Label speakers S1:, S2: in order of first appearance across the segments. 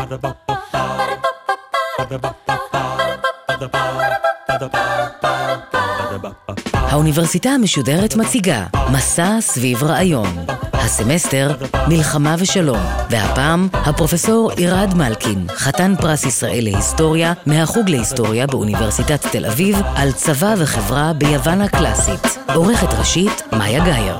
S1: האוניברסיטה המשודרת מציגה מסע סביב רעיון. הסמסטר מלחמה ושלום, והפעם הפרופסור אירד מלכין, חתן פרס ישראל להיסטוריה מהחוג להיסטוריה באוניברסיטת תל אביב, על צבא וחברה ביוון הקלאסית. עורכת ראשית מאיה גייר.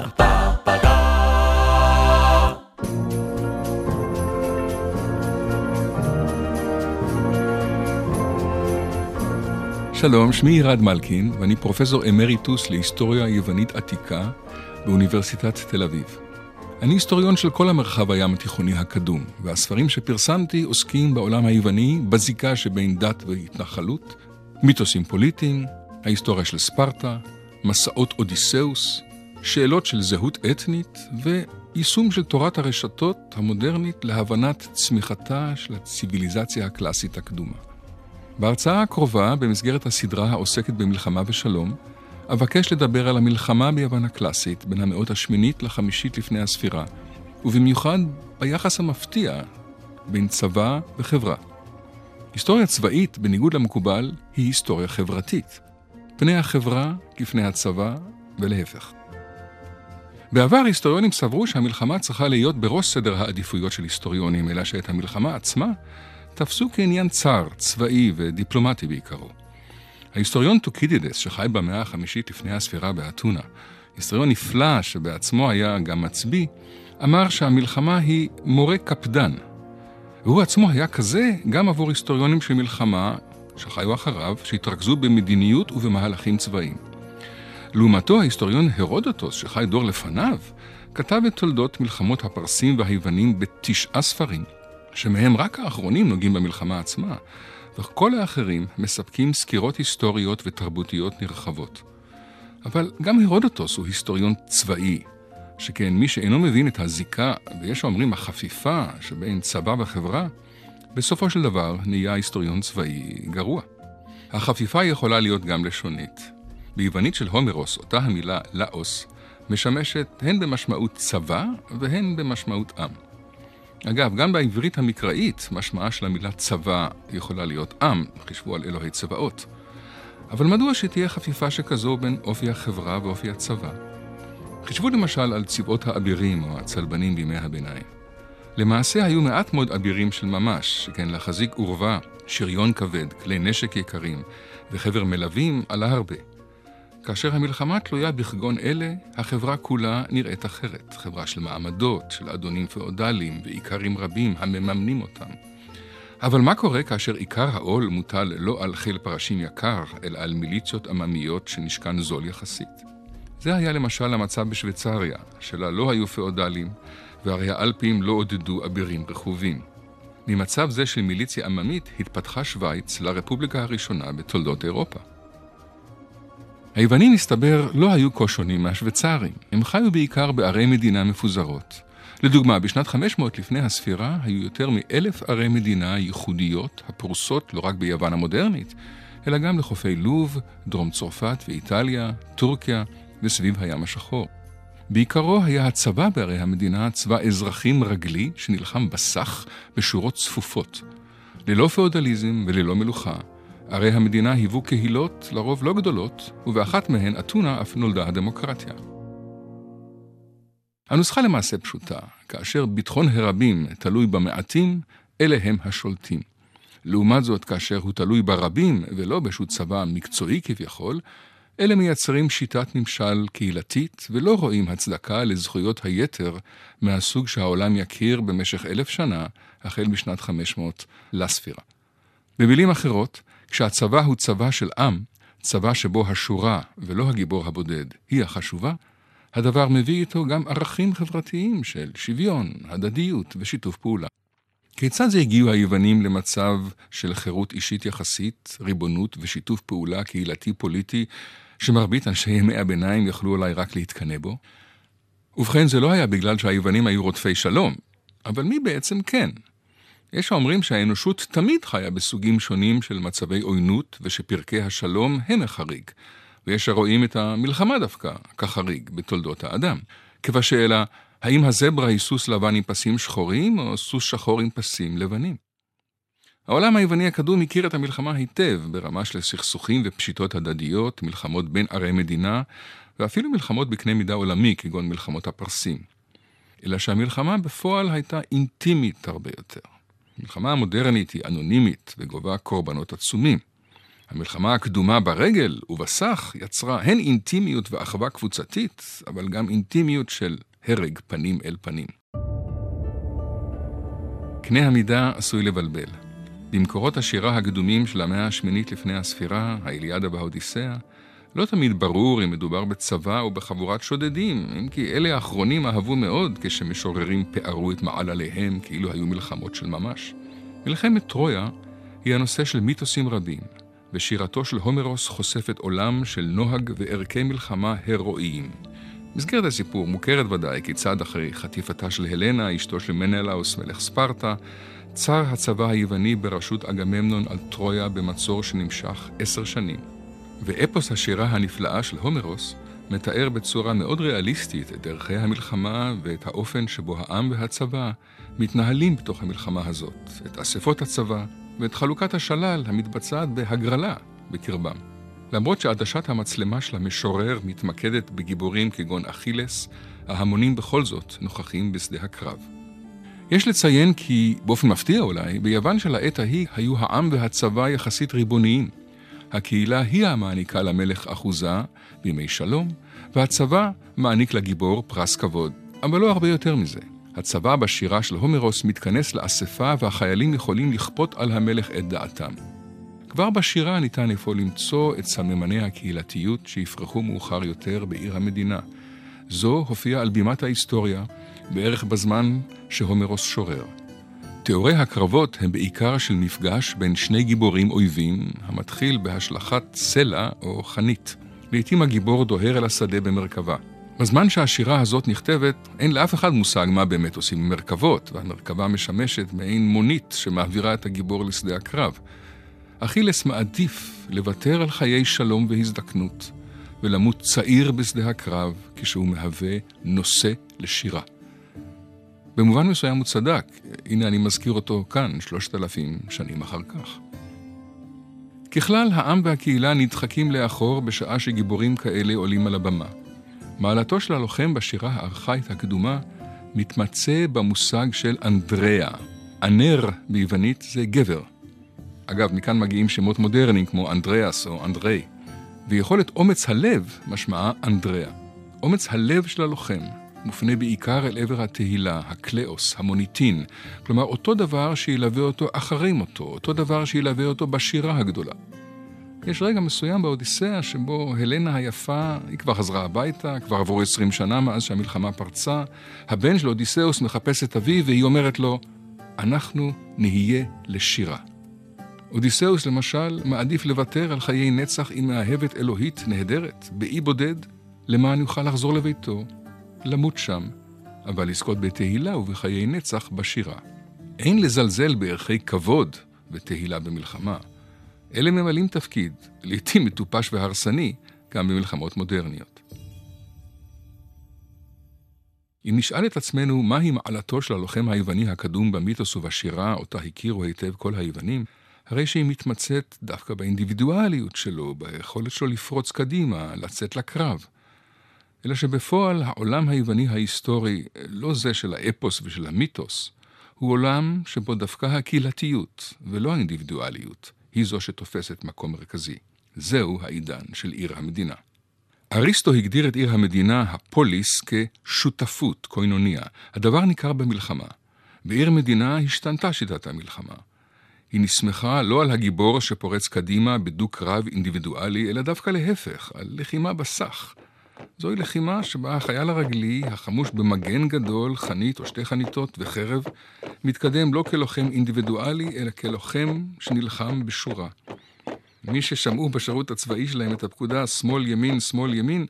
S2: שלום, שמי אירד מלכין, ואני פרופסור אמריטוס להיסטוריה יוונית עתיקה באוניברסיטת תל אביב. אני היסטוריון של כל המרחב הים התיכוני הקדום, והספרים שפרסמתי עוסקים בעולם היווני בזיקה שבין דת והתנחלות, מיתוסים פוליטיים, ההיסטוריה של ספרטה, מסעות אודיסאוס, שאלות של זהות אתנית ויישום של תורת הרשתות המודרנית להבנת צמיחתה של הציביליזציה הקלאסית הקדומה. בהרצאה הקרובה, במסגרת הסדרה העוסקת במלחמה ושלום, אבקש לדבר על המלחמה ביוון הקלאסית בין המאות השמינית לחמישית לפני הספירה, ובמיוחד ביחס המפתיע בין צבא וחברה. היסטוריה צבאית, בניגוד למקובל, היא היסטוריה חברתית. פני החברה כפני הצבא ולהפך. בעבר היסטוריונים סברו שהמלחמה צריכה להיות בראש סדר העדיפויות של היסטוריונים, אלא שאת המלחמה עצמה תפסו כעניין צר, צבאי ודיפלומטי בעיקרו. ההיסטוריון טוקידידס, שחי במאה החמישית לפני הספירה באתונה, היסטוריון נפלא שבעצמו היה גם מצביא, אמר שהמלחמה היא מורה קפדן. והוא עצמו היה כזה גם עבור היסטוריונים של מלחמה שחיו אחריו, שהתרכזו במדיניות ובמהלכים צבאיים. לעומתו, ההיסטוריון הרודוטוס, שחי דור לפניו, כתב את תולדות מלחמות הפרסים והיוונים ב9 ספרים, שמהם רק האחרונים נוגעים במלחמה עצמה, וכל האחרים מספקים סקירות היסטוריות ותרבותיות נרחבות. אבל גם הרודוטוס הוא היסטוריון צבאי, שכן מי שאינו מבין את הזיקה, ויש אומרים החפיפה שבין צבא וחברה, בסופו של דבר נהיה היסטוריון צבאי גרוע. החפיפה יכולה להיות גם לשונית. ביוונית של הומרוס, אותה המילה לאוס, משמשת הן במשמעות צבא והן במשמעות עם. אגב, גם בעברית המקראית, משמעה של המילה צבא יכולה להיות עם, חשבו על אלוהי צבאות. אבל מדוע שתהיה חפיפה שכזו בין אופי החברה ואופי הצבא? חשבו למשל על צבאות האבירים או הצלבנים בימי הביניים. למעשה היו מעט מאוד אבירים של ממש, שכן להחזיק עורבה, שריון כבד, כלי נשק יקרים וחבר מלווים עלה הרבה. כאשר המלחמה תלויה בכגון אלה, החברה כולה נראית אחרת. חברה של מעמדות, של אדונים פאודליים ועיקרים רבים המממנים אותם. אבל מה קורה כאשר עיקר העול מוטל לא על חיל פרשים יקר, אלא על מיליציות עממיות שנשכן זול יחסית? זה היה למשל המצב בשוויצריה, שלה לא היו פאודלים, והרי האלפים לא עודדו אבירים רכובים. ממצב זה של מיליציה עממית התפתחה שוויץ לרפובליקה הראשונה בתולדות אירופה. היוונים, מסתבר, לא היו כה שונים מהשוויצרים. הם חיו בעיקר בערי מדינה מפוזרות. לדוגמה, בשנת 500 לפני הספירה היו יותר מ1,000 ערי מדינה ייחודיות הפרוסות לא רק ביוון המודרנית, אלא גם לחופי לוב, דרום צרפת ואיטליה, טורקיה וסביב הים השחור. בעיקרו היה הצבא בערי המדינה צבא אזרחים רגלי שנלחם בסך בשורות צפופות. ללא פאודליזם וללא מלוכה. ערי המדינה היוו קהילות לרוב לא גדולות, ובאחת מהן, אתונה, אף נולדה הדמוקרטיה. הנוסחה למעשה פשוטה, כאשר ביטחון הרבים תלוי במעטים, אלה הם השולטים. לעומת זאת, כאשר הוא תלוי ברבים ולא בשוט צבא מקצועי כביכול, אלה מייצרים שיטת ממשל קהילתית ולא רואים הצדקה לזכויות היתר מהסוג שהעולם יכיר במשך 1,000 שנה, החל משנת 500 לספירה. במילים אחרות, כשהצבא הוא צבא של עם, צבא שבו השורה ולא הגיבור הבודד היא החשובה, הדבר מביא איתו גם ערכים חברתיים של שוויון, הדדיות ושיתוף פעולה. כיצד זה הגיעו היוונים למצב של חירות אישית יחסית, ריבונות ושיתוף פעולה קהילתי פוליטי, שמרבית אנשי ימי הביניים יכלו אולי רק להתקנא בו? ובכן, זה לא היה בגלל שהיוונים היו רודפי שלום, אבל מי בעצם כן? יש האומרים שהאנושות תמיד חיה בסוגים שונים של מצבי עוינות, ושפרקי השלום הם החריג. ויש הרואים את המלחמה דווקא כחריג בתולדות האדם. כבשאלה, האם הזברה היא סוס לבן עם פסים שחורים, או סוס שחור עם פסים לבנים? העולם היווני הקדום הכיר את המלחמה היטב, ברמה של סכסוכים ופשיטות הדדיות, מלחמות בין ערי מדינה, ואפילו מלחמות בקנה מידה עולמי, כגון מלחמות הפרסים. אלא שהמלחמה בפועל הייתה אינטימית הרבה יותר. המלחמה המודרנית היא אנונימית וגובה קורבנות עצומים. המלחמה הקדומה ברגל ובסך יצרה הן אינטימיות ואחווה קבוצתית, אבל גם אינטימיות של הרג פנים אל פנים. קנה המידה עשוי לבלבל. במקורות השירה הקדומים של המאה השמינית לפני הספירה, האיליאדה והאודיסאה, לא תמיד ברור אם מדובר בצבא או בחבורת שודדים, אם כי אלה האחרונים אהבו מאוד כשמשוררים פערו את מעל עליהם כאילו היו מלחמות של ממש. מלחמת טרויה היא הנושא של מיתוסים רבים, ושירתו של הומרוס חושפת עולם של נוהג וערכי מלחמה הרואיים. מסגרת הסיפור מוכרת ודאי כיצד אחרי חטיפתה של הלנה, אשתו של מנלאוס מלך ספרטה, צר הצבא היווני בראשות אגממנון על טרויה במצור שנמשך 10 שנים. ואפוס השירה הנפלאה של הומרוס מתאר בצורה מאוד ריאליסטית את דרכי המלחמה ואת האופן שבו העם והצבא מתנהלים בתוך המלחמה הזאת, את אספות הצבא ואת חלוקת השלל המתבצעת בהגרלה בקרבם. למרות שעדשת המצלמה של המשורר מתמקדת בגיבורים כגון אכילס, ההמונים בכל זאת נוכחים בשדה הקרב. יש לציין כי, באופן מפתיע אולי, ביוון של העת ההיא היו העם והצבא יחסית ריבוניים. הקהילה היא המעניקה למלך אחוזה בימי שלום, והצבא מעניק לגיבור פרס כבוד, אבל לא הרבה יותר מזה. הצבא בשירה של הומרוס מתכנס לאספה והחיילים יכולים לכפות על המלך את דעתם. כבר בשירה ניתן אפוא למצוא את סממני הקהילתיות שיפרחו מאוחר יותר בעיר המדינה. זו הופיעה על בימת ההיסטוריה בערך בזמן שהומרוס שורר. תיאורי הקרבות הם בעיקר של מפגש בין שני גיבורים אויבים, המתחיל בהשלכת סלע או חנית. לעתים הגיבור דוהר אל השדה במרכבה. בזמן שהשירה הזאת נכתבת, אין לאף אחד מושג מה באמת עושים מרכבות, והמרכבה משמשת מעין מונית שמעבירה את הגיבור לשדה הקרב. אכילס מעדיף לוותר על חיי שלום והזדקנות, ולמות צעיר בשדה הקרב כשהוא מהווה נושא לשירה. במובן מסוים הוא צדק, הנה אני מזכיר אותו כאן 3,000 שנים אחר כך. ככלל, העם והקהילה נדחקים לאחור בשעה שגיבורים כאלה עולים על הבמה. מעלתו של הלוחם בשירה הארכאית הקדומה מתמצא במושג של אנדריה. אנר ביוונית זה גבר. אגב, מכאן מגיעים שמות מודרניים כמו אנדריאס או אנדרי. ויכולת אומץ הלב משמעה אנדריה. אומץ הלב של הלוחם מופנה בעיקר אל עבר התהילה, הקלאוס, המוניטין. כלומר, אותו דבר שילווה אותו אחרי מותו, אותו דבר שילווה אותו בשירה הגדולה. יש רגע מסוים באודיסאה שבו הלנה היפה, היא כבר חזרה הביתה, כבר עברו 20 שנה מאז שהמלחמה פרצה. הבן של אודיסאוס מחפש את אביו והיא אומרת לו, אנחנו נהיה לשירה. אודיסאוס למשל מעדיף לוותר על חיי נצח עם מאהבת אלוהית נהדרת, באי בודד, למען יוכל לחזור לביתו, למות שם, אבל לזכות בתהילה ובחיי נצח בשירה. אין לזלזל בערכי כבוד ותהילה במלחמה. אלה ממלאים תפקיד, לעתים מטופש והרסני, גם במלחמות מודרניות. אם נשאל את עצמנו מהי מעלתו של הלוחם היווני הקדום במיתוס ובשירה, אותה הכירו היטב כל היוונים, הרי שהיא מתמצאת דווקא באינדיבידואליות שלו, ביכולת שלו לפרוץ קדימה, לצאת לקרב. אלא שבפועל העולם היווני ההיסטורי, לא זה של האפוס ושל המיתוס, הוא עולם שבו דווקא הקהילתיות ולא האינדיבידואליות היא זו שתופסת מקום מרכזי. זהו העידן של עיר המדינה. אריסטו הגדיר את עיר המדינה, הפוליס, כשותפות, קוינוניה. הדבר ניכר במלחמה. בעיר מדינה השתנתה שיטת המלחמה. היא נסמכה לא על הגיבור שפורץ קדימה בדוק קרב אינדיבידואלי, אלא דווקא להפך, על לחימה בסך. זוהי לחימה שבה החייל הרגלי, החמוש במגן גדול, חנית או 2 חניתות וחרב, מתקדם לא כלוחם אינדיבידואלי, אלא כלוחם שנלחם בשורה. מי ששמעו בשירות הצבאי שלהם את הפקודה שמאל ימין, שמאל ימין,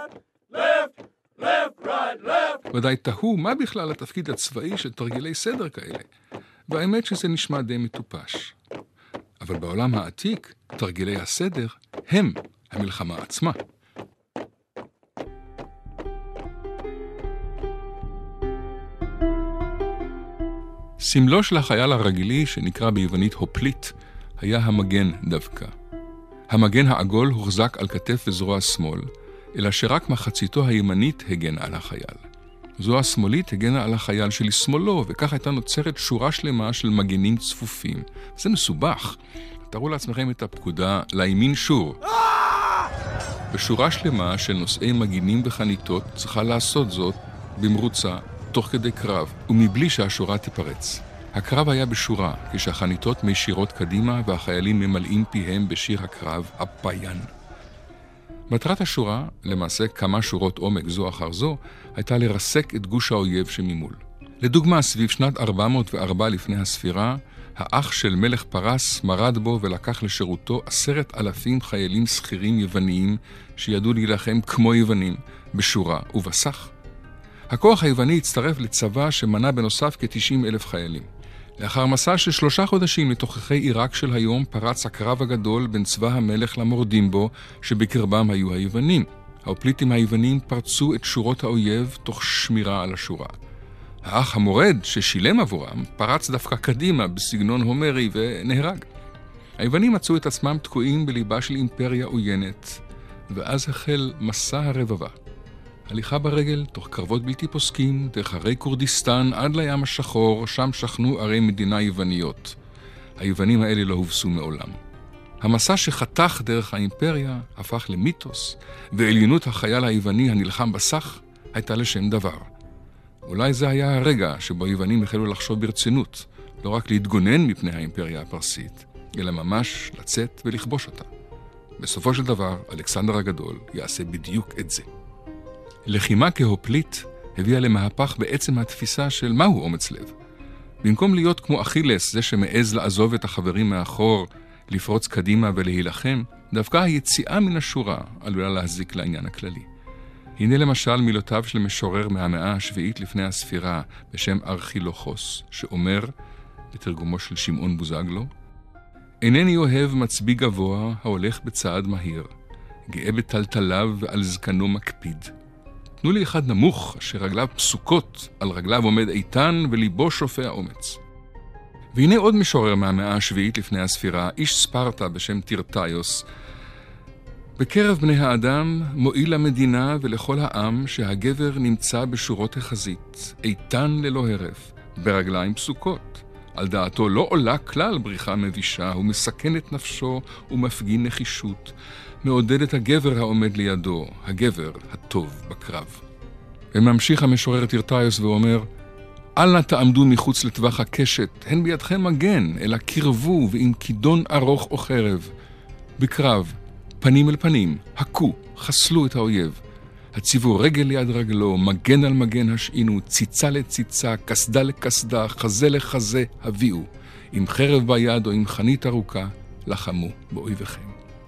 S2: ודאי תהו מה בכלל התפקיד הצבאי של תרגילי סדר כאלה. והאמת שזה נשמע די מטופש. אבל בעולם העתיק, תרגילי הסדר הם המלחמה עצמה. סמלו של החייל הרגילי, שנקרא ביוונית הופליט, היה המגן דווקא. המגן העגול הוחזק על כתף וזרוע שמאל, אלא שרק מחציתו הימנית הגנה על החייל. זו השמאלית הגנה על החייל שלשמאלו, וכך הייתה נוצרת שורה שלמה של מגנים צפופים. זה מסובך. תראו לעצמכם את הפקודה לימין שור. בשורה שלמה של נושאי מגינים וחניתות צריכה לעשות זאת במרוצה, תוך כדי קרב, ומבלי שהשורה תיפרץ. הקרב היה בשורה, כשהחניתות משירות קדימה והחיילים ממלאים פיהם בשיר הקרב הפיין. מטרת השורה, למעשה כמה שורות עומק זו אחר זו, הייתה לרסק את גוש האויב שממול. לדוגמה, סביב שנת 404 לפני הספירה, האח של מלך פרס מרד בו ולקח לשירותו 10,000 חיילים שכירים יווניים שידעו להילחם כמו יוונים, בשורה ובסך. הכוח היווני הצטרף לצבא שמנה בנוסף כ-90,000 חיילים. לאחר מסע של 3 חודשים לתוככי עיראק של היום פרץ הקרב הגדול בין צבא המלך למורדים בו, שבקרבם היו היוונים. ההופליטים היוונים פרצו את שורות האויב תוך שמירה על השורה. האח המורד ששילם עבורם פרץ דווקא קדימה בסגנון הומרי ונהרג. היוונים מצאו את עצמם תקועים בליבה של אימפריה עוינת, ואז החל מסע הרבבה. הליכה ברגל תוך קרבות בלתי פוסקים, דרך הרי קורדיסטן עד לים השחור, שם שכנו ערי מדינה יווניות. היוונים האלה לא הובסו מעולם. המסע שחתך דרך האימפריה הפך למיתוס, ועליונות החייל היווני הנלחם בסך הייתה לשם דבר. אולי זה היה הרגע שבו היוונים החלו לחשוב ברצינות, לא רק להתגונן מפני האימפריה הפרסית, אלא ממש לצאת ולכבוש אותה. בסופו של דבר, אלכסנדר הגדול יעשה בדיוק את זה. לחימה כהופליט הביאה למהפך בעצם התפיסה של מהו אומץ לב. במקום להיות כמו אכילס, זה שמעז לעזוב את החברים מאחור, לפרוץ קדימה ולהילחם, דווקא היציאה מן השורה עלולה להזיק לעניין הכללי. הנה למשל מילותיו של משורר מהמאה השביעית לפני הספירה בשם ארכילוכוס, שאומר, בתרגומו של שמעון בוזגלו, אינני אוהב מצביא גבוה ההולך בצעד מהיר, גאה בטלטליו ועל זקנו מקפיד. תנו לי אחד נמוך, אשר רגליו פסוקות, על רגליו עומד איתן וליבו שופע אומץ. והנה עוד משורר מהמאה השביעית לפני הספירה, איש ספרטה בשם טירטאיוס, בקרב בני האדם מועיל למדינה ולכל העם שהגבר נמצא בשורות החזית, איתן ללא הרף, ברגליים פסוקות. על דעתו לא עולה כלל בריחה מבישה, הוא מסכן את נפשו ומפגין נחישות, מעודד את הגבר העומד לידו, הגבר הטוב בקרב. וממשיך המשורר טירטאיוס ואומר, אל נא תעמדו מחוץ לטווח הקשת, הן בידכם מגן, אלא קרבו ועם כידון ארוך או חרב. בקרב, פנים אל פנים, הכו, חסלו את האויב. הציבו רגל ליד רגלו, מגן על מגן השעינו, ציצה לציצה, כסדה לכסדה, חזה לחזה, הביאו. עם חרב ביד או עם חנית ארוכה, לחמו באויביכם.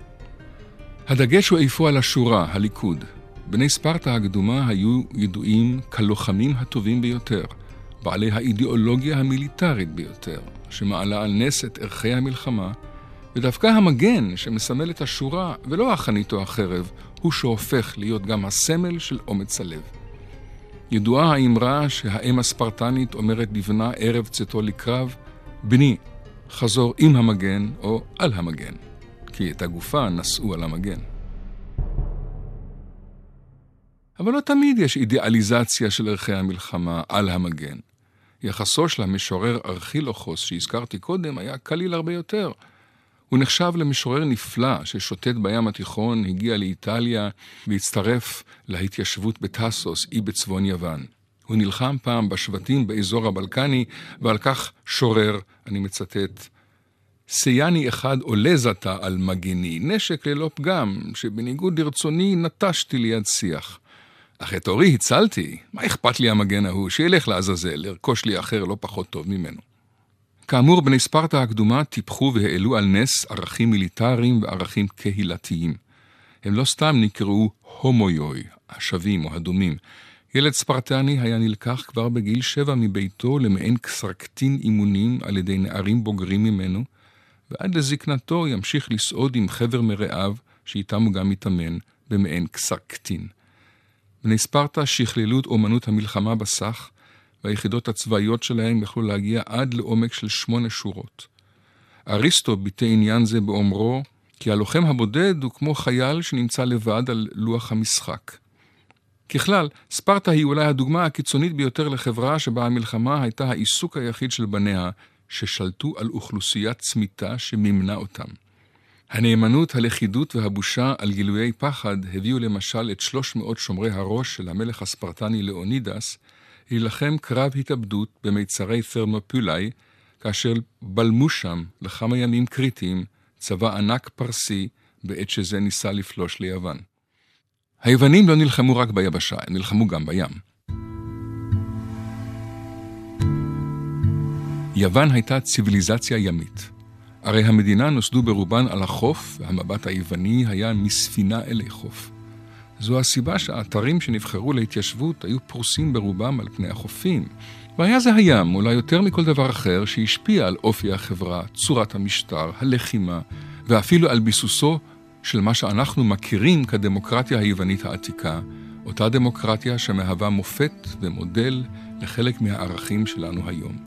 S2: הדגש הוא איפה על השורה, הליכוד. בני ספרטה הקדומה היו ידועים כלוחמים הטובים ביותר, בעלי האידיאולוגיה המיליטרית ביותר, שמעלה על נס את ערכי המלחמה, ודווקא המגן שמסמל את השורה ולא החנית או החרב, הוא שהופך להיות גם הסמל של אומץ הלב. ידועה האמרה שהאם הספרטנית אומרת לבנה ערב צאתו לקרב, בני, חזור עם המגן או על המגן, כי את הגופה נשאו על המגן. אבל לא תמיד יש אידיאליזציה של ערכי המלחמה על המגן. יחסו של המשורר ארכילוכוס שהזכרתי קודם היה קליל הרבה יותר. הוא נחשב למשורר נפלא ששוטט בים התיכון, הגיע לאיטליה והצטרף להתיישבות בטאסוס, אי בצפון יוון. הוא נלחם פעם בשבטים באזור הבלקני, ועל כך שורר, אני מצטט, סייני אחד עולה זתה על מגני, נשק ללא פגם, שבניגוד לרצוני נטשתי ליד שיח. אך את אורי הצלתי, מה אכפת לי המגן ההוא, שילך לעזאזל, לרכוש לי אחר לא פחות טוב ממנו. כאמור, בני ספרטה הקדומה טיפחו והעלו על נס ערכים מיליטריים וערכים קהילתיים. הם לא סתם נקראו הומויוי, השווים או הדומים. ילד ספרטני היה נלקח כבר בגיל 7 מביתו למעין קסרקטין אימונים על ידי נערים בוגרים ממנו, ועד לזקנתו ימשיך לסעוד עם חבר מרעיו, שאיתם הוא גם מתאמן במעין קסרקטין. בני ספרטה שכללו את אומנות המלחמה בסך, והיחידות הצבאיות שלהם יכלו להגיע עד לעומק של 8 שורות. אריסטו ביטא עניין זה באומרו, כי הלוחם הבודד הוא כמו חייל שנמצא לבד על לוח המשחק. ככלל, ספרטה היא אולי הדוגמה הקיצונית ביותר לחברה שבה המלחמה הייתה העיסוק היחיד של בניה, ששלטו על אוכלוסיית צמיתה שממנה אותם. הנאמנות, הלכידות והבושה על גילויי פחד הביאו למשל את 300 שומרי הראש של המלך הספרטני לאונידס להילחם קרב התאבדות במיצרי תרמופולי, כאשר בלמו שם לכמה ימים קריטיים צבא ענק פרסי בעת שזה ניסה לפלוש ליוון. היוונים לא נלחמו רק ביבשה, הם נלחמו גם בים. יוון הייתה ציוויליזציה ימית. הרי המדינה נוסדו ברובן על החוף, והמבט היווני היה מספינה אלי חוף. זו הסיבה שהאתרים שנבחרו להתיישבות היו פרוסים ברובם על פני החופים. והיה זה הים, אולי יותר מכל דבר אחר, שהשפיע על אופי החברה, צורת המשטר, הלחימה, ואפילו על ביסוסו של מה שאנחנו מכירים כדמוקרטיה היוונית העתיקה, אותה דמוקרטיה שמהווה מופת ומודל לחלק מהערכים שלנו היום.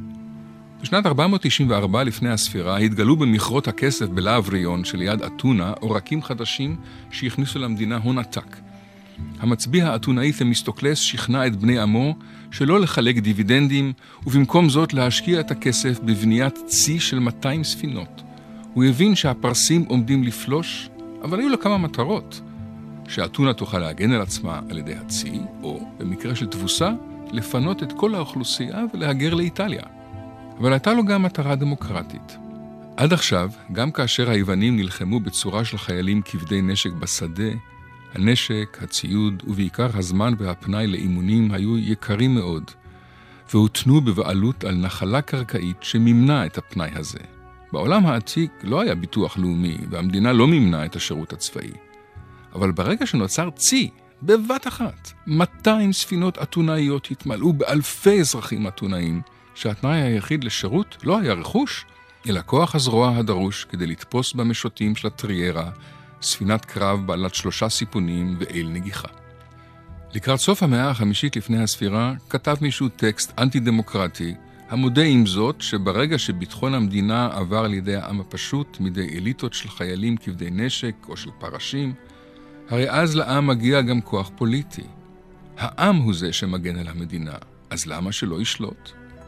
S2: בשנת 494 לפני הספירה התגלו במכרות הכסף בלאבריון שליד אתונה עורקים חדשים שהכניסו למדינה הון עתק. המצביא האתונאי תמיסטוקלס שכנע את בני עמו שלא לחלק דיבידנדים, ובמקום זאת להשקיע את הכסף בבניית צי של 200 ספינות. הוא הבין שהפרסים עומדים לפלוש, אבל היו לו כמה מטרות. שאתונה תוכל להגן על עצמה על ידי הצי, או במקרה של תבוסה, לפנות את כל האוכלוסייה ולהגר לאיטליה. אבל הייתה לו גם מטרה דמוקרטית. עד עכשיו, גם כאשר היוונים נלחמו בצורה של חיילים כבדי נשק בשדה, הנשק, הציוד ובעיקר הזמן והפנאי לאימונים היו יקרים מאוד, והותנו בבעלות על נחלה קרקעית שממנה את הפנאי הזה. בעולם העתיק לא היה ביטוח לאומי, והמדינה לא ממנה את השירות הצבאי. אבל ברגע שנוצר צי, בבת אחת, 200 ספינות אתונאיות התמלאו באלפי אזרחים אתונאים, שהתנאי היחיד לשירות לא היה רכוש, אלא כוח הזרוע הדרוש כדי לתפוס במשוטים של הטריירה, ספינת קרב בעלת 3 סיפונים ואל נגיחה. לקראת סוף המאה החמישית לפני הספירה, כתב מישהו טקסט אנטי-דמוקרטי, המודה עם זאת שברגע שביטחון המדינה עבר לידי העם הפשוט מידי אליטות של חיילים כבדי נשק או של פרשים, הרי אז לעם מגיע גם כוח פוליטי. העם הוא זה שמגן על המדינה, אז למה שלא ישלוט?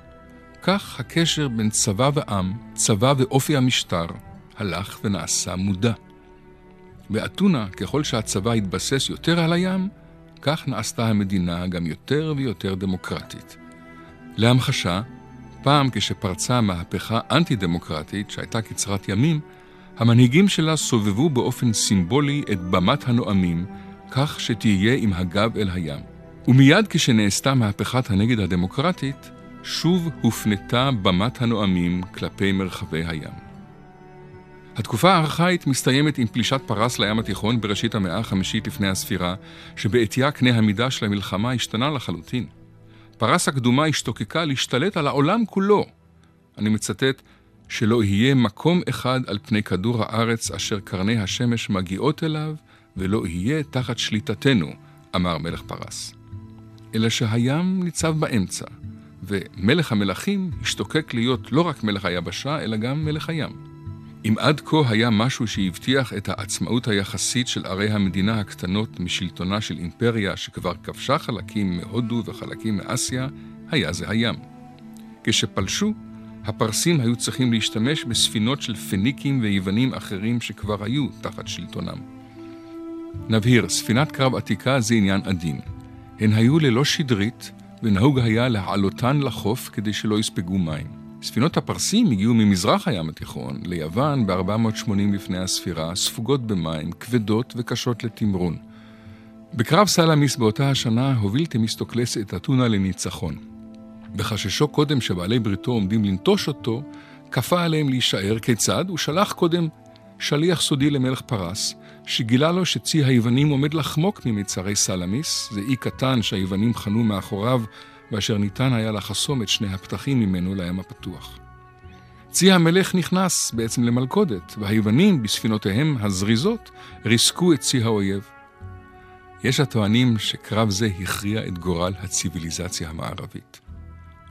S2: כך הקשר בין צבא ועם, צבא ואופי המשטר, הלך ונעשה מודע. באתונה, ככל שהצבא התבסס יותר על הים, כך נעשתה המדינה גם יותר ויותר דמוקרטית. להמחשה, פעם כשפרצה מהפכה אנטי-דמוקרטית שהייתה קצרת ימים, המנהיגים שלה סובבו באופן סימבולי את במת הנואמים, כך שתהיה עם הגב אל הים. ומיד כשנעשתה מהפכת הנגד הדמוקרטית, שוב הופנתה במת הנואמים כלפי מרחבי הים. התקופה הארכאית מסתיימת עם פלישת פרס לים התיכון בראשית המאה החמישית לפני הספירה, שבעתיה קנה המידה של המלחמה השתנה לחלוטין. פרס הקדומה השתוקקה להשתלט על העולם כולו. אני מצטט, שלא יהיה מקום אחד על פני כדור הארץ אשר קרני השמש מגיעות אליו, ולא יהיה תחת שליטתנו, אמר מלך פרס. אלא שהים ניצב באמצע, ומלך המלכים השתוקק להיות לא רק מלך היבשה, אלא גם מלך הים. אם עד כה היה משהו שהבטיח את העצמאות היחסית של ערי המדינה הקטנות משלטונה של אימפריה שכבר כבשה חלקים מהודו וחלקים מאסיה, היה זה הים. כשפלשו, הפרסים היו צריכים להשתמש בספינות של פניקים ויוונים אחרים שכבר היו תחת שלטונם. נבהיר, ספינת קרב עתיקה זה עניין עדין. הן היו ללא שדרית, ונהוג היה להעלותן לחוף כדי שלא יספגו מים. ספינות הפרסים הגיעו ממזרח הים התיכון ליוון ב-480 לפני הספירה, ספוגות במים, כבדות וקשות לתמרון. בקרב סלמיס באותה השנה הוביל תמיסטוקלס את אתונה לניצחון. בחששו קודם שבעלי בריתו עומדים לנטוש אותו, כפה עליהם להישאר. כיצד? הוא שלח קודם שליח סודי למלך פרס, שגילה לו שצי היוונים עומד לחמוק ממצרי סלמיס, זה אי קטן שהיוונים חנו מאחוריו, ואשר ניתן היה לחסום את שני הפתחים ממנו לים הפתוח. צי המלך נכנס בעצם למלכודת, והיוונים בספינותיהם הזריזות ריסקו את צי האויב. יש הטוענים שקרב זה הכריע את גורל הציוויליזציה המערבית.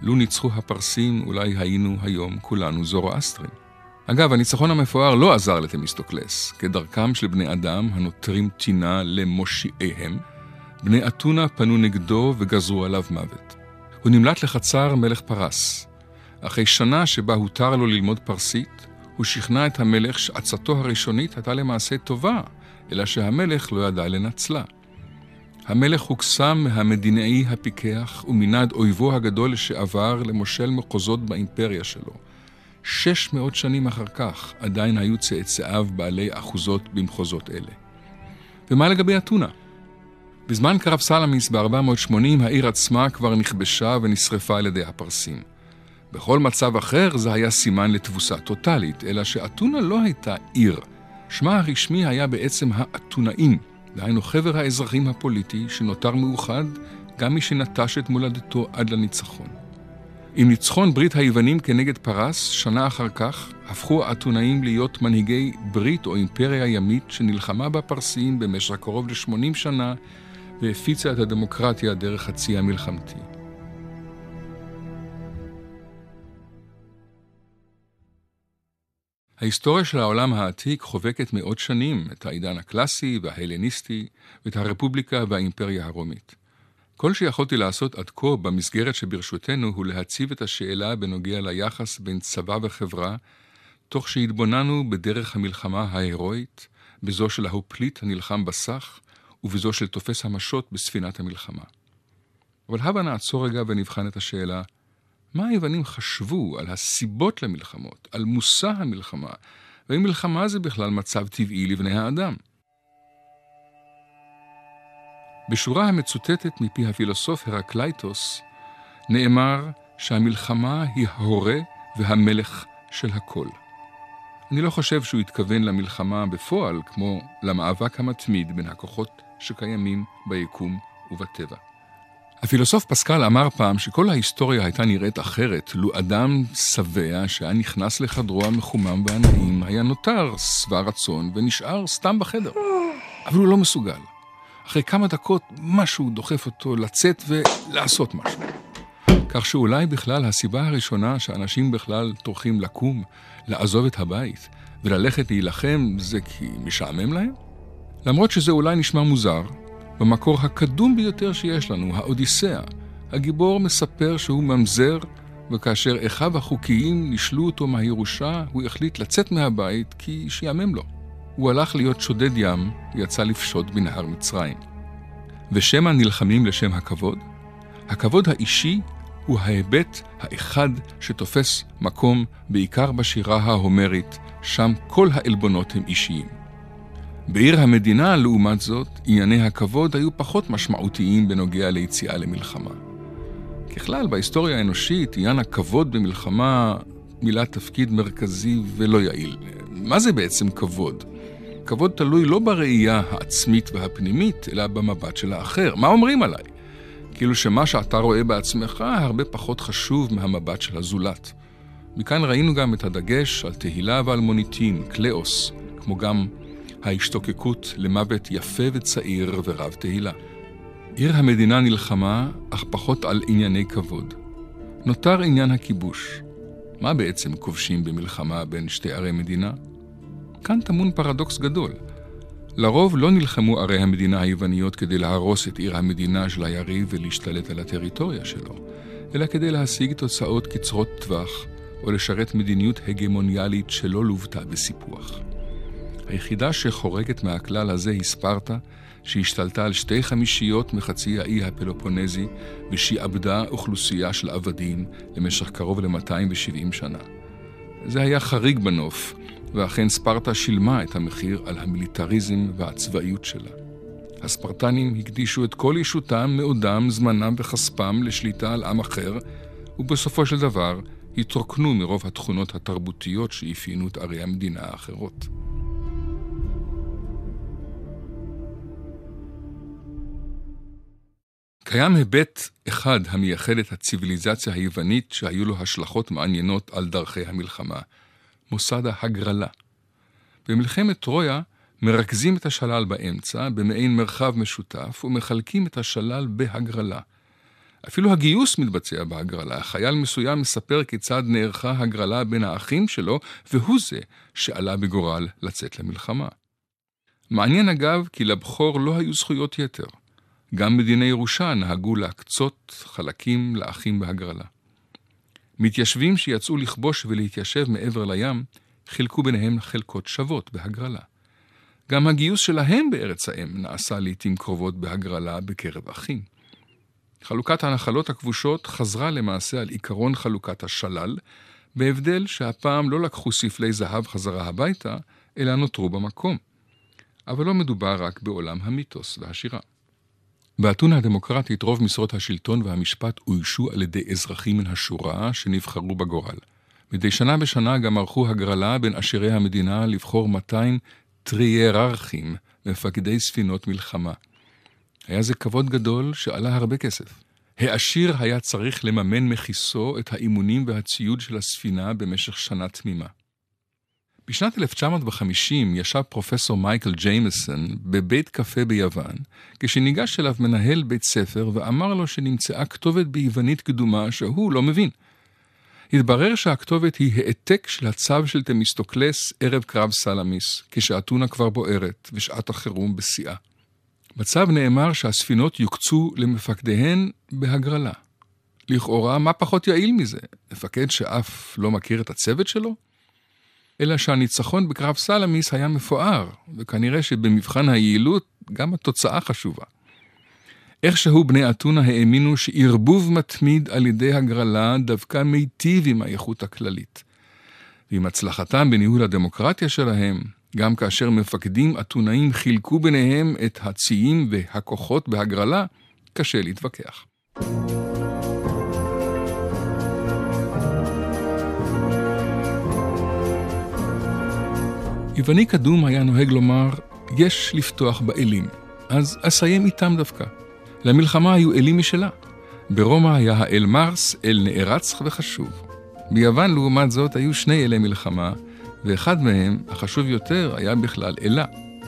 S2: לו ניצחו הפרסים, אולי היינו היום כולנו זורואסטרים. אגב, הניצחון המפואר לא עזר לתמיסטוקלס. כדרכם של בני אדם הנותרים טינה למושיעיהם, בני אתונה פנו נגדו וגזרו עליו מוות. הוא נמלט לחצר מלך פרס. אחרי שנה שבה הותר לו ללמוד פרסית, הוא שכנע את המלך שעצתו הראשונית הייתה למעשה טובה, אלא שהמלך לא ידע לנצלה. המלך הוקסם מהמדינאי הפיקח ומינה את אויבו הגדול לשעבר למושל מחוזות באימפריה שלו. 600 שנים אחר כך עדיין היו צאצאיו בעלי אחוזות במחוזות אלה. ומה לגבי אתונה? בזמן קרב סלמיס ב-480 העיר עצמה כבר נכבשה ונשרפה על ידי הפרסים. בכל מצב אחר זה היה סימן לתבוסה טוטלית, אלא שאתונה לא הייתה עיר. שמה הרשמי היה בעצם האתונאים, דהיינו חבר האזרחים הפוליטי שנותר מאוחד גם מי שנטש את מולדתו עד לניצחון. עם ניצחון ברית היוונים כנגד פרס, שנה אחר כך הפכו האתונאים להיות מנהיגי ברית או אימפריה ימית שנלחמה בפרסים במשך קרוב ל-80 שנה והפיצה את הדמוקרטיה דרך הצי המלחמתי. ההיסטוריה של העולם העתיק חובקת מאות שנים את העידן הקלאסי וההלניסטי ואת הרפובליקה והאימפריה הרומית. כל שיכולתי לעשות עד כה במסגרת שברשותנו הוא להציב את השאלה בנוגע ליחס בין צבא וחברה, תוך שהתבוננו בדרך המלחמה ההירואית, בזו של ההופליט הנלחם בסך, ובזו של תופס המשות בספינת המלחמה. אבל הבה נעצור רגע ונבחן את השאלה, מה היוונים חשבו על הסיבות למלחמות, על מושא המלחמה, והאם מלחמה זה בכלל מצב טבעי לבני האדם? בשורה המצוטטת מפי הפילוסוף הרקלייטוס, נאמר שהמלחמה היא ההורה והמלך של הכל. אני לא חושב שהוא התכוון למלחמה בפועל, כמו למאבק המתמיד בין הכוחות שקיימים ביקום ובטבע. הפילוסוף פסקל אמר פעם שכל ההיסטוריה הייתה נראית אחרת, לו אדם שבע שהיה נכנס לחדרו המחומם והנעים, היה נותר שבע רצון ונשאר סתם בחדר. אבל הוא לא מסוגל. אחרי כמה דקות משהו דוחף אותו לצאת ולעשות משהו. כך שאולי בכלל הסיבה הראשונה שאנשים בכלל טורחים לקום, לעזוב את הבית וללכת להילחם זה כי משעמם להם? למרות שזה אולי נשמע מוזר, במקור הקדום ביותר שיש לנו, האודיסאה, הגיבור מספר שהוא ממזר, וכאשר אחיו החוקיים נשלו אותו מהירושה, הוא החליט לצאת מהבית כי שיעמם לו. הוא הלך להיות שודד ים ויצא לפשוט בנהר מצרים. ושמה נלחמים לשם הכבוד? הכבוד האישי הוא ההיבט האחד שתופס מקום בעיקר בשירה ההומרית, שם כל העלבונות הם אישיים. בעיר המדינה, לעומת זאת, ענייני הכבוד היו פחות משמעותיים בנוגע ליציאה למלחמה. ככלל, בהיסטוריה האנושית, עניין הכבוד במלחמה מילא תפקיד מרכזי ולא יעיל. מה זה בעצם כבוד? כבוד תלוי לא בראייה העצמית והפנימית, אלא במבט של האחר. מה אומרים עליי? כאילו שמה שאתה רואה בעצמך הרבה פחות חשוב מהמבט של הזולת. מכאן ראינו גם את הדגש על תהילה ועל מוניטין, קלאוס, כמו גם ההשתוקקות למוות יפה וצעיר ורב תהילה. עיר המדינה נלחמה, אך פחות על ענייני כבוד. נותר עניין הכיבוש. מה בעצם כובשים במלחמה בין שתי ערי מדינה? כאן טמון פרדוקס גדול. לרוב לא נלחמו ערי המדינה היווניות כדי להרוס את עיר המדינה של היריב ולהשתלט על הטריטוריה שלו, אלא כדי להשיג תוצאות קצרות טווח או לשרת מדיניות הגמוניאלית שלא לוותה בסיפוח. היחידה שחורגת מהכלל הזה היא ספרטה, שהשתלטה על 2/5 מחצי האי הפלופונזי ושעבדה אוכלוסייה של עבדים למשך קרוב ל-270 שנה. זה היה חריג בנוף, ואכן ספרטה שילמה את המחיר על המיליטריזם והצבאיות שלה. הספרטנים הקדישו את כל ישותם, מעודם, זמנם וכספם לשליטה על עם אחר, ובסופו של דבר התרוקנו מרוב התכונות התרבותיות שאפיינו את ערי המדינה האחרות. קיים היבט אחד המייחד את הציביליזציה היוונית שהיו לו השלכות מעניינות על דרכי המלחמה, מוסד ההגרלה. במלחמת טרויה מרכזים את השלל באמצע במעין מרחב משותף ומחלקים את השלל בהגרלה. אפילו הגיוס מתבצע בהגרלה. חייל מסוים מספר כיצד נערכה הגרלה בין האחים שלו, והוא זה שעלה בגורל לצאת למלחמה. מעניין אגב כי לבחור לא היו זכויות יתר. גם בדיני ירושה נהגו להקצות חלקים לאחים בהגרלה. מתיישבים שיצאו לכבוש ולהתיישב מעבר לים, חילקו ביניהם חלקות שוות בהגרלה. גם הגיוס שלהם בארץ האם נעשה לעתים קרובות בהגרלה בקרב אחים. חלוקת הנחלות הכבושות חזרה למעשה על עיקרון חלוקת השלל, בהבדל שהפעם לא לקחו ספלי זהב חזרה הביתה, אלא נותרו במקום. אבל לא מדובר רק בעולם המיתוס והשירה. באתונה הדמוקרטית רוב משרות השלטון והמשפט אוישו על ידי אזרחים מן השורה שנבחרו בגורל. מדי שנה בשנה גם ערכו הגרלה בין עשירי המדינה לבחור 200 טריארכיים, מפקדי ספינות מלחמה. היה זה כבוד גדול שעלה הרבה כסף. העשיר היה צריך לממן מכיסו את האימונים והציוד של הספינה במשך שנה תמימה. בשנת 1950 ישב פרופסור מייקל ג'יימסון בבית קפה ביוון, כשניגש אליו מנהל בית ספר ואמר לו שנמצאה כתובת ביוונית קדומה שהוא לא מבין. התברר שהכתובת היא העתק של הצו של תמיסטוקלס ערב קרב סלמיס, כשאתונה כבר בוערת ושעת החירום בשיאה. בצו נאמר שהספינות יוקצו למפקדיהן בהגרלה. לכאורה, מה פחות יעיל מזה? מפקד שאף לא מכיר את הצוות שלו? אלא שהניצחון בקרב סלמיס היה מפואר, וכנראה שבמבחן היעילות גם התוצאה חשובה. איכשהו בני אתונה האמינו שערבוב מתמיד על ידי הגרלה דווקא מיטיב עם האיכות הכללית. ועם הצלחתם בניהול הדמוקרטיה שלהם, גם כאשר מפקדים אתונאים חילקו ביניהם את הציים והכוחות בהגרלה, קשה להתווכח. יווני קדום היה נוהג לומר, יש לפתוח באלים, אז אסיים איתם דווקא. למלחמה היו אלים משלה. ברומא היה האל מרס, אל נערץ וחשוב. ביוון לעומת זאת היו שני אלי מלחמה, ואחד מהם, החשוב יותר, היה בכלל אלה.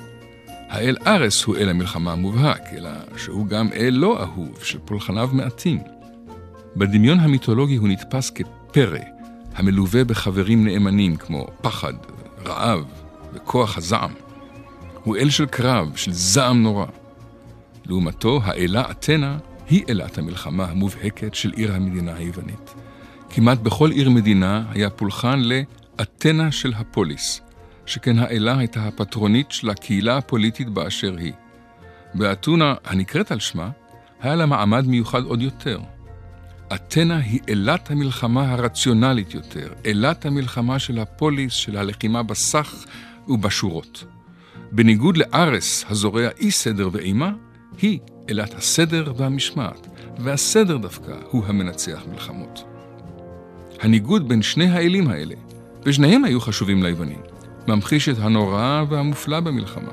S2: האל ארס הוא אל המלחמה המובהק, אלא שהוא גם אל לא אהוב, שפולחניו מעטים. בדמיון המיתולוגי הוא נתפס כפרא, המלווה בחברים נאמנים כמו פחד, רעב וכוח הזעם. הוא אל של קרב, של זעם נורא. לעומתו, האלה אתנה היא אלת המלחמה המובהקת של עיר המדינה היוונית. כמעט בכל עיר מדינה היה פולחן לאתנה של הפוליס, שכן האלה הייתה הפטרונית של הקהילה הפוליטית באשר היא. באתונה, הנקראת על שמה, היה לה מעמד מיוחד עוד יותר. אתנה היא אלת המלחמה הרציונלית יותר, אלת המלחמה של הפוליס, של הלחימה בסך ובשורות. בניגוד לארס, הזורע אי סדר ואימה, היא אלת הסדר והמשמעת, והסדר דווקא הוא המנצח מלחמות. הניגוד בין שני האלים האלה, ושניהם היו חשובים ליוונים, ממחיש את הנורא והמופלא במלחמה.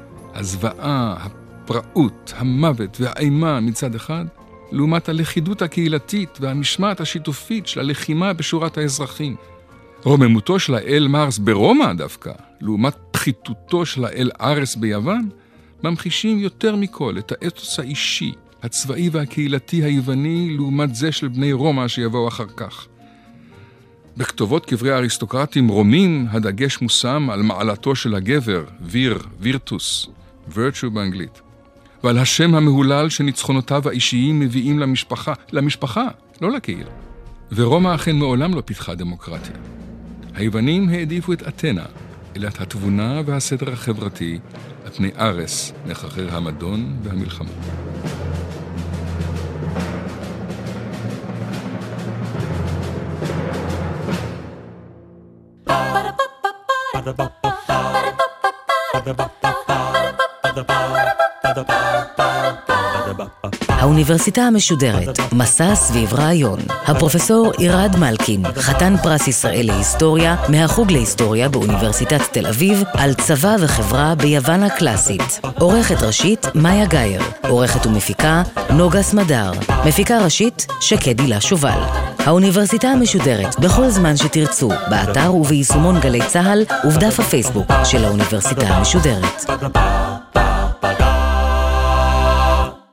S2: הזוועה, הפראות, המוות והאימה מצד אחד, לעומת הלכידות הקהילתית והמשמעת השיתופית של הלחימה בשורת האזרחים. רוממותו של האל מרס ברומא דווקא, לעומת פחיתותו של האל ארס ביוון, ממחישים יותר מכל את האתוס האישי, הצבאי והקהילתי היווני, לעומת זה של בני רומא שיבואו אחר כך. בכתובות קברי האריסטוקרטים רומים הדגש מושם על מעלתו של הגבר, וירטוס, virtue באנגלית, ועל השם המהולל שניצחונותיו האישיים מביאים למשפחה, לא לקהילה. ורומא אכן מעולם לא פיתחה דמוקרטיה. היוונים העדיפו את אתנה, אלת התבונה והסדר החברתי, על פני ארס, מחרחר המדון והמלחמה.
S1: האוניברסיטה המשודרת, מסע סביב רעיון. הפרופסור אירד מלכין, חתן פרס ישראל להיסטוריה, מהחוג להיסטוריה באוניברסיטת תל אביב, על צבא וחברה ביוון הקלאסית. עורכת ראשית, מאיה גייר. עורכת ומפיקה, נוגה סמדר. מפיקה ראשית, שקד הילה שובל. האוניברסיטה המשודרת, בכל זמן שתרצו, באתר וביישומון גלי צהל, ובדף הפייסבוק של האוניברסיטה המשודרת.